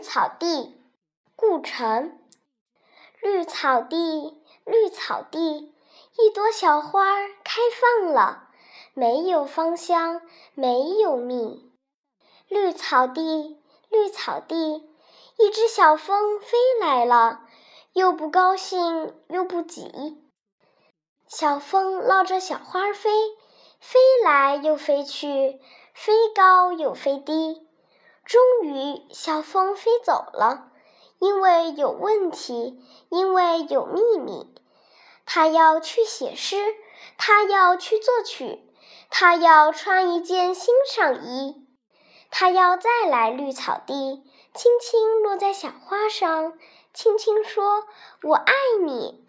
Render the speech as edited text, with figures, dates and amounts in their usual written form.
草地，顾城。绿草地，绿草地，一朵小花开放了，没有芳香，没有蜜。绿草地，绿草地，一只小风飞来了，又不高兴又不急。小风绕着小花飞，飞来又飞去，飞高又飞低。终于小风飞走了，因为有问题，因为有秘密。他要去写诗，他要去作曲，他要穿一件新上衣。他要再来绿草地，轻轻落在小花上，轻轻说：“我爱你。”